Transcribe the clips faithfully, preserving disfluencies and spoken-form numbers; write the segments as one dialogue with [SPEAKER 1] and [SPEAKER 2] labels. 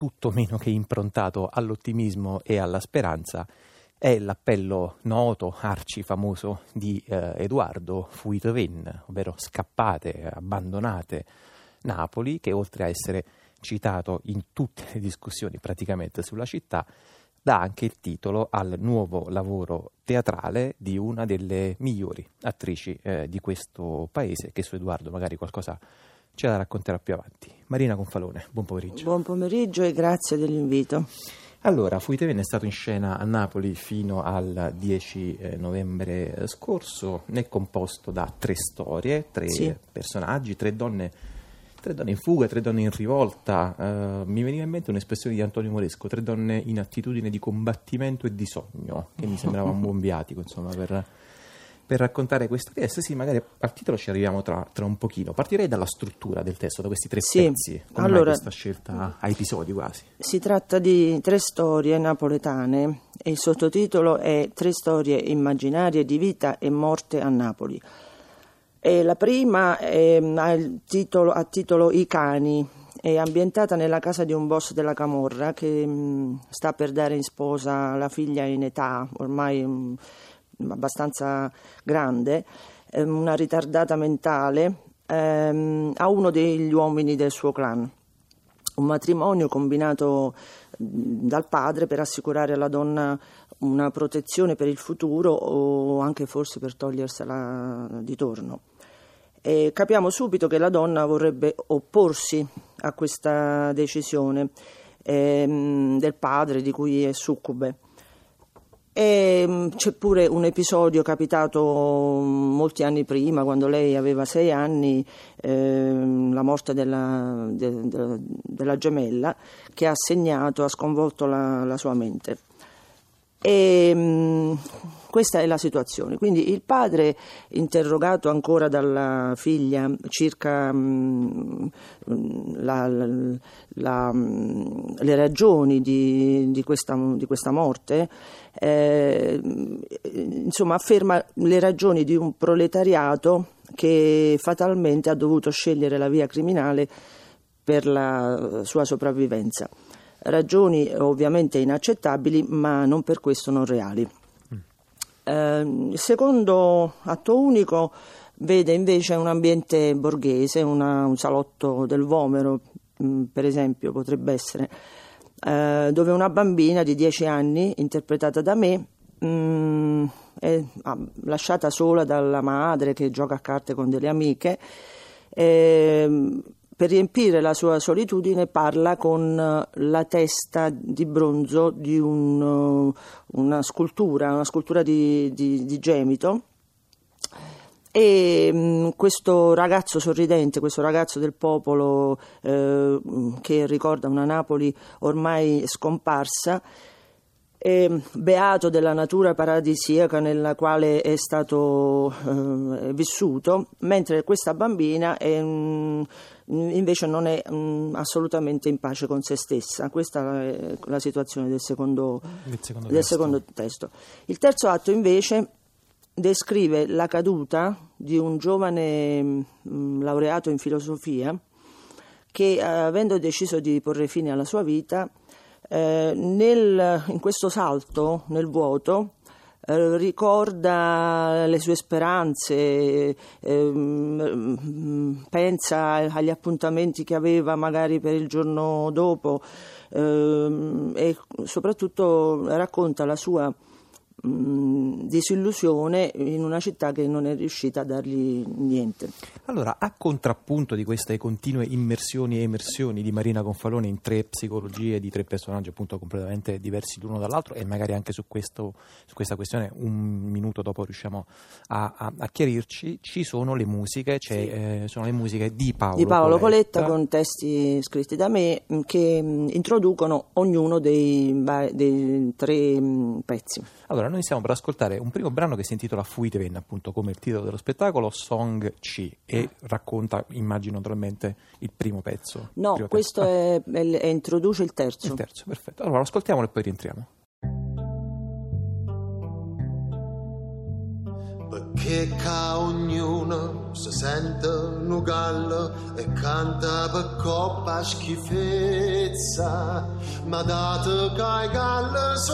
[SPEAKER 1] tutto meno che improntato all'ottimismo e alla speranza, è l'appello noto, arcifamoso di eh, Edoardo Fuite Ven, ovvero scappate, abbandonate Napoli, che oltre a essere citato in tutte le discussioni praticamente sulla città, dà anche il titolo al nuovo lavoro teatrale di una delle migliori attrici eh, di questo paese, che su Edoardo magari qualcosa ce la racconterà più avanti. Marina Confalone, buon pomeriggio.
[SPEAKER 2] Buon pomeriggio e grazie dell'invito.
[SPEAKER 1] Allora, Fuite Ven è stato in scena a Napoli fino al dieci novembre scorso, è composto da tre storie, tre
[SPEAKER 2] sì.
[SPEAKER 1] personaggi, tre donne, tre donne in fuga, tre donne in rivolta. Uh, mi veniva in mente un'espressione di Antonio Moresco, tre donne in attitudine di combattimento e di sogno, che mi sembrava un buon viatico, insomma, per... per raccontare questo testo. Sì, magari al titolo ci arriviamo tra, tra un pochino. Partirei dalla struttura del testo, da questi tre
[SPEAKER 2] sì.
[SPEAKER 1] pezzi. Come
[SPEAKER 2] allora,
[SPEAKER 1] mai questa scelta a episodi quasi?
[SPEAKER 2] Si tratta di tre storie napoletane e il sottotitolo è Tre storie immaginarie di vita e morte a Napoli. E la prima è, ha il titolo, a titolo I cani, è ambientata nella casa di un boss della camorra che mh, sta per dare in sposa la figlia in età ormai mh, abbastanza grande, ehm, una ritardata mentale, ehm, a uno degli uomini del suo clan. Un matrimonio combinato mh, dal padre per assicurare alla donna una protezione per il futuro o anche forse per togliersela di torno. E capiamo subito che la donna vorrebbe opporsi a questa decisione ehm, del padre di cui è succube. E c'è pure un episodio capitato molti anni prima, quando lei aveva sei anni, ehm, la morte della, de, de, della gemella, che ha segnato, ha sconvolto la, la sua mente. E mh, questa è la situazione. Quindi il padre, interrogato ancora dalla figlia circa mh, la, la, la, le ragioni di, di, questa, di questa morte, eh, insomma afferma le ragioni di un proletariato che fatalmente ha dovuto scegliere la via criminale per la sua sopravvivenza. Ragioni ovviamente inaccettabili, ma non per questo non reali. Mm. Eh, il secondo atto unico vede invece un ambiente borghese, una, un salotto del Vomero, mh, per esempio, potrebbe essere, eh, dove una bambina di dieci anni, interpretata da me, mh, è ah, lasciata sola dalla madre che gioca a carte con delle amiche. Eh, Per riempire la sua solitudine parla con la testa di bronzo di un, una scultura, una scultura di, di, di Gemito, e mh, questo ragazzo sorridente, questo ragazzo del popolo eh, che ricorda una Napoli ormai scomparsa, eh, beato della natura paradisiaca nella quale è stato eh, vissuto, mentre questa bambina è mh, invece non è mh, assolutamente in pace con se stessa. Questa è la situazione del secondo,
[SPEAKER 1] del secondo,
[SPEAKER 2] del
[SPEAKER 1] testo.
[SPEAKER 2] secondo testo. Il terzo atto invece descrive la caduta di un giovane mh, laureato in filosofia che, avendo deciso di porre fine alla sua vita, eh, nel, in questo salto nel vuoto Eh, ricorda le sue speranze, eh, pensa agli appuntamenti che aveva magari per il giorno dopo, eh, e soprattutto racconta la sua mh, disillusione in una città che non è riuscita a dargli niente.
[SPEAKER 1] Allora, a contrappunto di queste continue immersioni e emersioni di Marina Confalone in tre psicologie di tre personaggi appunto completamente diversi l'uno dall'altro, e magari anche su, questo, su questa questione un minuto dopo riusciamo a, a, a chiarirci, ci sono le musiche, cioè, sì. eh, sono le musiche di Paolo,
[SPEAKER 2] di Paolo Coletta,
[SPEAKER 1] Coletta
[SPEAKER 2] con testi scritti da me che mh, introducono ognuno dei, dei tre mh, pezzi.
[SPEAKER 1] Allora, noi stiamo per ascoltare un primo brano che si intitola Fuite Ven, appunto come il titolo dello spettacolo, Song C, e racconta, immagino naturalmente, il primo pezzo.
[SPEAKER 2] No,
[SPEAKER 1] primo
[SPEAKER 2] questo
[SPEAKER 1] pezzo.
[SPEAKER 2] È, è, è introduce il terzo.
[SPEAKER 1] Il terzo, perfetto. Allora, lo ascoltiamolo e poi rientriamo.
[SPEAKER 3] perché ca ognuno si sente un gallo e canta per coppa schifezza, ma dato che i galli so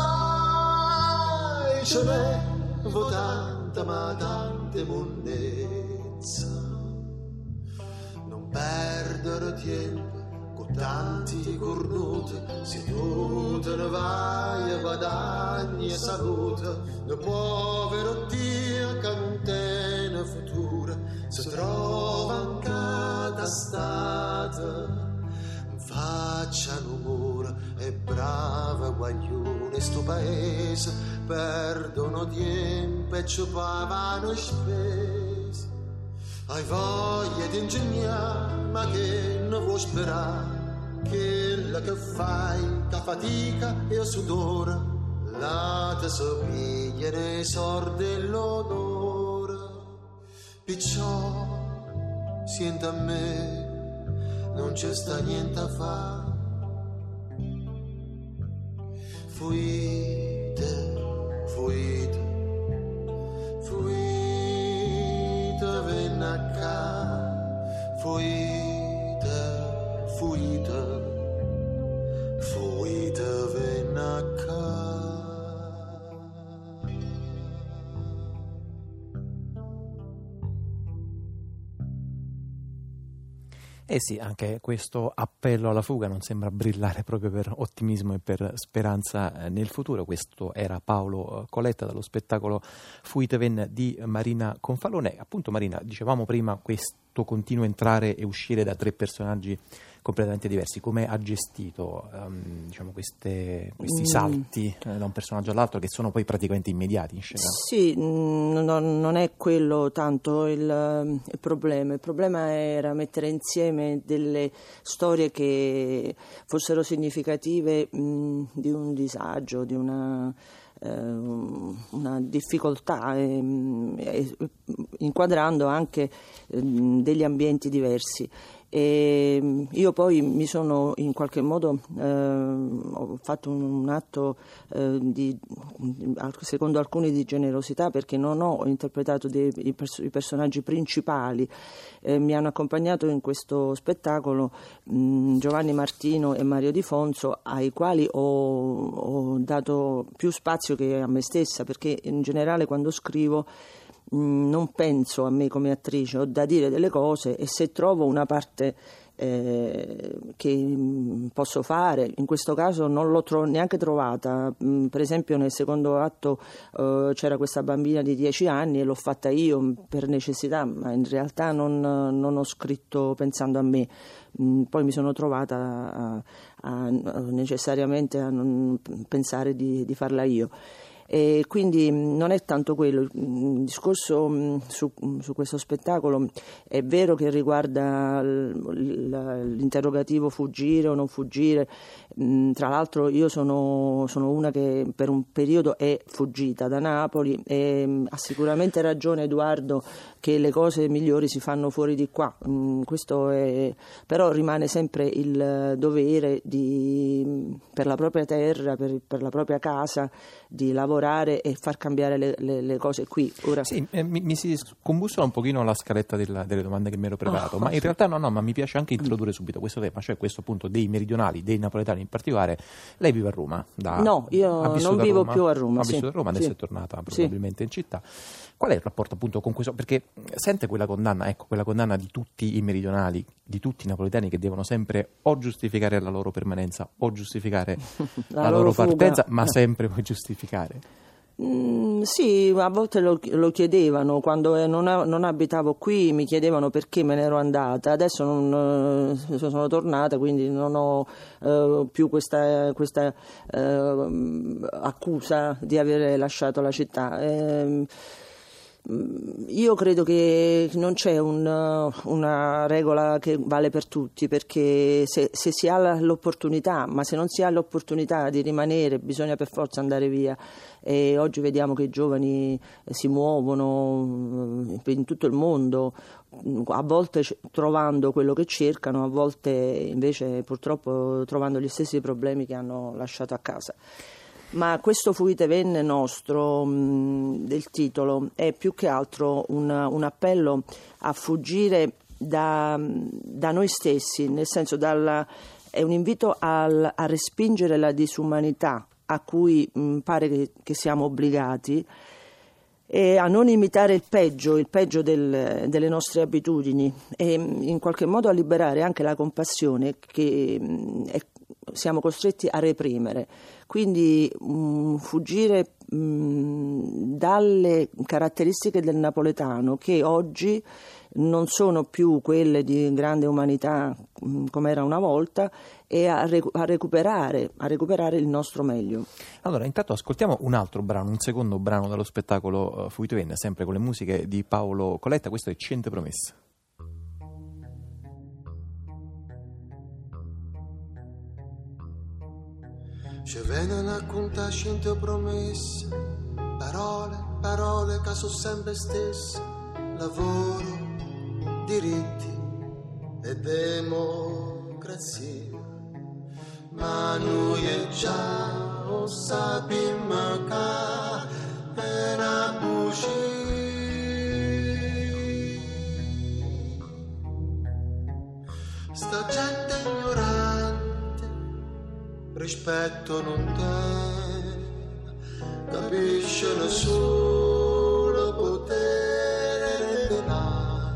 [SPEAKER 3] assai ce n'è votante ma tante monnezza. Non perdere tempo con tanti cornuti, se tu te ne vai e guadagni e salute, il povero Dio che non tiene futuro si trova in cada stata. Facciano mura e brava guaglione, sto paese perdono tempo e ci pagano spese. Hai voglia di ingegnare, ma che non vuoi sperare, che la che fai, che fatica e il sudore, la te somiglia nei sordi e l'odore. Perciò, senta a me, non c'è sta niente a fare. Fuite, fuite, fuite, venna a ca. Fuite, fuite, fuite, venna a ca.
[SPEAKER 1] Eh sì, anche questo appello alla fuga non sembra brillare proprio per ottimismo e per speranza nel futuro. Questo era Paolo Coletta dallo spettacolo Fuite Ven di Marina Confalone. Appunto, Marina, dicevamo prima questo continuo entrare e uscire da tre personaggi completamente diversi. Come ha gestito um, diciamo queste, questi mm. salti eh, da un personaggio all'altro che sono poi praticamente immediati in scena?
[SPEAKER 2] Sì, mh, no, non è quello tanto il, il problema. Il problema era mettere insieme delle storie che fossero significative mh, di un disagio, di una una difficoltà, eh, eh, inquadrando anche eh, degli ambienti diversi. E io poi mi sono in qualche modo eh, ho fatto un, un atto eh, di, secondo alcuni di generosità, perché non ho interpretato dei, i, pers- i personaggi principali. Eh, mi hanno accompagnato in questo spettacolo mh, Giovanni Martino e Mario Di Fonso, ai quali ho, ho dato più spazio che a me stessa, perché in generale quando scrivo non penso a me come attrice, ho da dire delle cose e se trovo una parte eh, che posso fare, in questo caso non l'ho tro- neanche trovata. Per esempio nel secondo atto eh, c'era questa bambina di dieci anni e l'ho fatta io per necessità, ma in realtà non, non ho scritto pensando a me. Poi mi sono trovata a, a, a necessariamente a non pensare di, di farla io. E quindi non è tanto quello il discorso su, su questo spettacolo. È vero che riguarda l'interrogativo fuggire o non fuggire. Tra l'altro io sono, sono una che per un periodo è fuggita da Napoli e ha sicuramente ragione Edoardo che le cose migliori si fanno fuori di qua. Questo è, però rimane sempre il dovere di, per la propria terra, per, per la propria casa, di lavorare e far cambiare le, le, le cose qui. Ora... Sì,
[SPEAKER 1] eh, mi, mi si scombussola un pochino la scaletta della, delle domande che mi ero preparato, oh, ma in sì. realtà no, no, ma mi piace anche introdurre subito questo tema, cioè questo appunto dei meridionali, dei napoletani in particolare. Lei vive a Roma? Da,
[SPEAKER 2] no, io non vivo
[SPEAKER 1] a
[SPEAKER 2] più a Roma.
[SPEAKER 1] Ha
[SPEAKER 2] sì.
[SPEAKER 1] vissuto a Roma, adesso
[SPEAKER 2] sì.
[SPEAKER 1] è tornata probabilmente sì. in città. Qual è il rapporto appunto con questo? Perché sente quella condanna, ecco, quella condanna di tutti i meridionali, di tutti i napoletani che devono sempre o giustificare la loro permanenza o giustificare la, la loro, loro partenza, ma sempre poi giustificare.
[SPEAKER 2] Mm, sì, a volte lo, lo chiedevano, quando non, non abitavo qui mi chiedevano perché me ne ero andata, adesso non, eh, sono tornata, quindi non ho eh, più questa, questa eh, accusa di aver lasciato la città. Eh, Io credo che non c'è un, una regola che vale per tutti, perché se, se si ha l'opportunità, ma se non si ha l'opportunità di rimanere bisogna per forza andare via. E oggi vediamo che i giovani si muovono in tutto il mondo, a volte trovando quello che cercano, a volte invece purtroppo trovando gli stessi problemi che hanno lasciato a casa. Ma questo Fuite Venne nostro, mh, del titolo, è più che altro un, un appello a fuggire da, da noi stessi, nel senso dalla, è un invito al, a respingere la disumanità a cui mh, pare che, che siamo obbligati, e a non imitare il peggio, il peggio del, delle nostre abitudini, e in qualche modo a liberare anche la compassione che mh, è, siamo costretti a reprimere. Quindi mh, fuggire mh, dalle caratteristiche del napoletano, che oggi non sono più quelle di grande umanità mh, come era una volta, e a, recu- a recuperare a recuperare il nostro meglio.
[SPEAKER 1] Allora, intanto ascoltiamo un altro brano, un secondo brano dallo spettacolo uh, Fuite Venne, sempre con le musiche di Paolo Coletta. Questo è Cento Promesse.
[SPEAKER 3] Ci vengono a contare cento promesse, parole, parole che sono sempre stesse, lavoro, diritti e democrazia. Ma noi già lo sappiamo che è una bugia. Sta gente ignorante, rispetto non te, capisce nessuno potere denaro.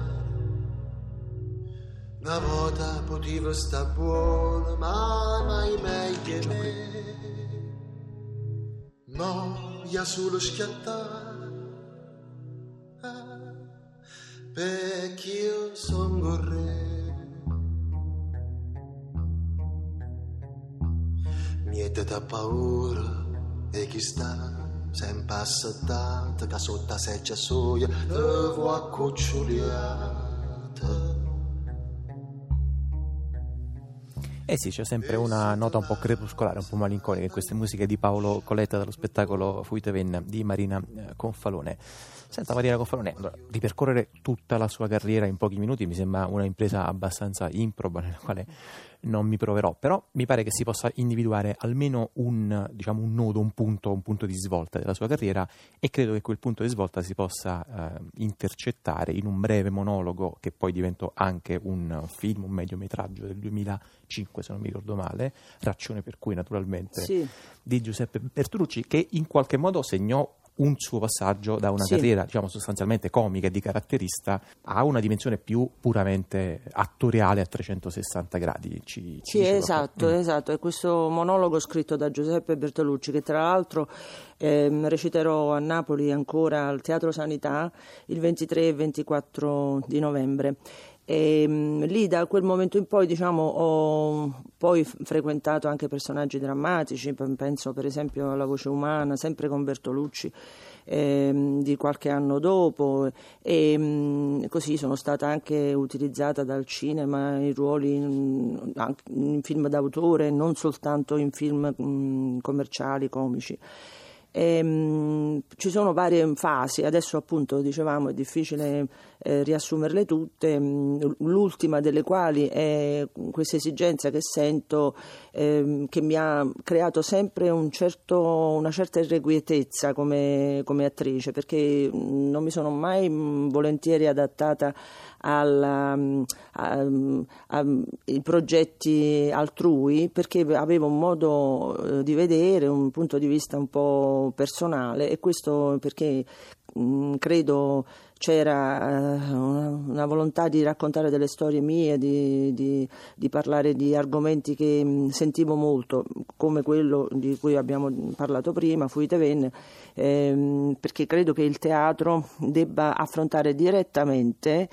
[SPEAKER 3] Una volta poteva sta buona, ma mai meglio me. No, io solo schiattare, perché io sono il re. Niente da paura, e chi sta sempre assettato, che sotto la seggia soia te vuoi cuccioliata.
[SPEAKER 1] Eh sì, c'è sempre una nota un po' crepuscolare, un po' malinconica in queste musiche di Paolo Coletta dallo spettacolo Fuite Venne di Marina Confalone. Senta Marina Confalone, allora, ripercorrere tutta la sua carriera in pochi minuti mi sembra una impresa abbastanza improba, nella quale non mi proverò, però mi pare che si possa individuare almeno un, diciamo, un nodo, un punto, un punto di svolta della sua carriera, e credo che quel punto di svolta si possa eh, intercettare in un breve monologo che poi diventò anche un film, un mediometraggio del duemilacinque, se non mi ricordo male, Ragione per cui, naturalmente,
[SPEAKER 2] Sì.
[SPEAKER 1] di Giuseppe Bertolucci, che in qualche modo segnò un suo passaggio da una
[SPEAKER 2] Sì.
[SPEAKER 1] carriera, diciamo, sostanzialmente comica e di caratterista a una dimensione più puramente attoriale a trecentosessanta gradi. Ci, ci
[SPEAKER 2] Sì,
[SPEAKER 1] dice
[SPEAKER 2] esatto,
[SPEAKER 1] qualcosa? Mm.
[SPEAKER 2] esatto. È questo monologo scritto da Giuseppe Bertolucci, che tra l'altro ehm, reciterò a Napoli ancora al Teatro Sanità il ventitré e ventiquattro di novembre. E mh, lì da quel momento in poi, diciamo, ho poi f- frequentato anche personaggi drammatici, p- penso per esempio alla Voce Umana, sempre con Bertolucci, ehm, di qualche anno dopo, e mh, così sono stata anche utilizzata dal cinema in ruoli in, anche in film d'autore, non soltanto in film mh, commerciali, comici. E, mh, ci sono varie fasi, adesso appunto dicevamo è difficile eh, riassumerle tutte, mh, l'ultima delle quali è questa esigenza che sento, eh, che mi ha creato sempre un certo, una certa irrequietezza come, come attrice, perché mh, non mi sono mai mh, volentieri adattata alla, a, a, ai progetti altrui, perché avevo un modo di vedere, un punto di vista un po' personale, e questo perché mh, credo c'era uh, una, una volontà di raccontare delle storie mie, di, di, di parlare di argomenti che mh, sentivo molto, come quello di cui abbiamo parlato prima, Fuite Venne, ehm, perché credo che il teatro debba affrontare direttamente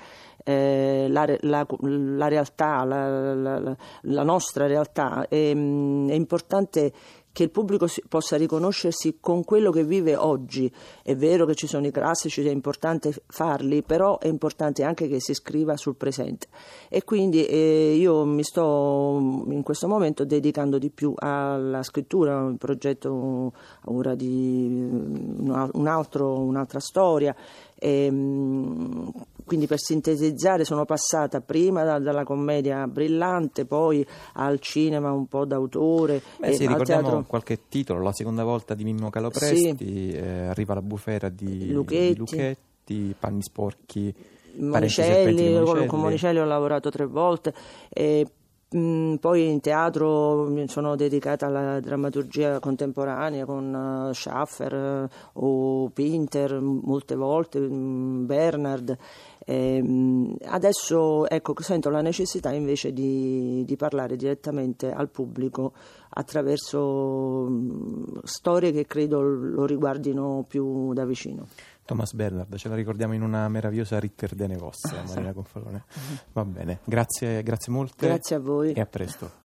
[SPEAKER 2] Eh, la, la, la realtà, la, la, la nostra realtà. È, è importante che il pubblico si, possa riconoscersi con quello che vive oggi. È vero che ci sono i classici, è importante farli, però è importante anche che si scriva sul presente, e quindi eh, io mi sto in questo momento dedicando di più alla scrittura, un progetto ora di un altro, un'altra storia, E, mh, quindi per sintetizzare sono passata prima da, dalla commedia brillante, poi al cinema un po' d'autore.
[SPEAKER 1] Beh, sì,
[SPEAKER 2] al
[SPEAKER 1] ricordiamo
[SPEAKER 2] teatro...
[SPEAKER 1] qualche titolo, la seconda volta di Mimmo Calopresti,
[SPEAKER 2] Sì.
[SPEAKER 1] eh, Arriva la bufera di
[SPEAKER 2] Lucchetti.
[SPEAKER 1] di Lucchetti, Panni sporchi,
[SPEAKER 2] Monicelli,
[SPEAKER 1] Monicelli.
[SPEAKER 2] con, con Monicelli ho lavorato tre volte. E, mh, poi in teatro mi sono dedicata alla drammaturgia contemporanea con uh, Schaffer uh, o Pinter molte volte, mh, Bernard. E, mh, adesso ecco, sento la necessità invece di, di parlare direttamente al pubblico attraverso mh, storie che credo lo riguardino più da vicino.
[SPEAKER 1] Thomas Bernhard, ce la ricordiamo in una meravigliosa Ritter de Nevos, Marina Confalone. Va bene, grazie, grazie molte.
[SPEAKER 2] Grazie a voi.
[SPEAKER 1] E a presto.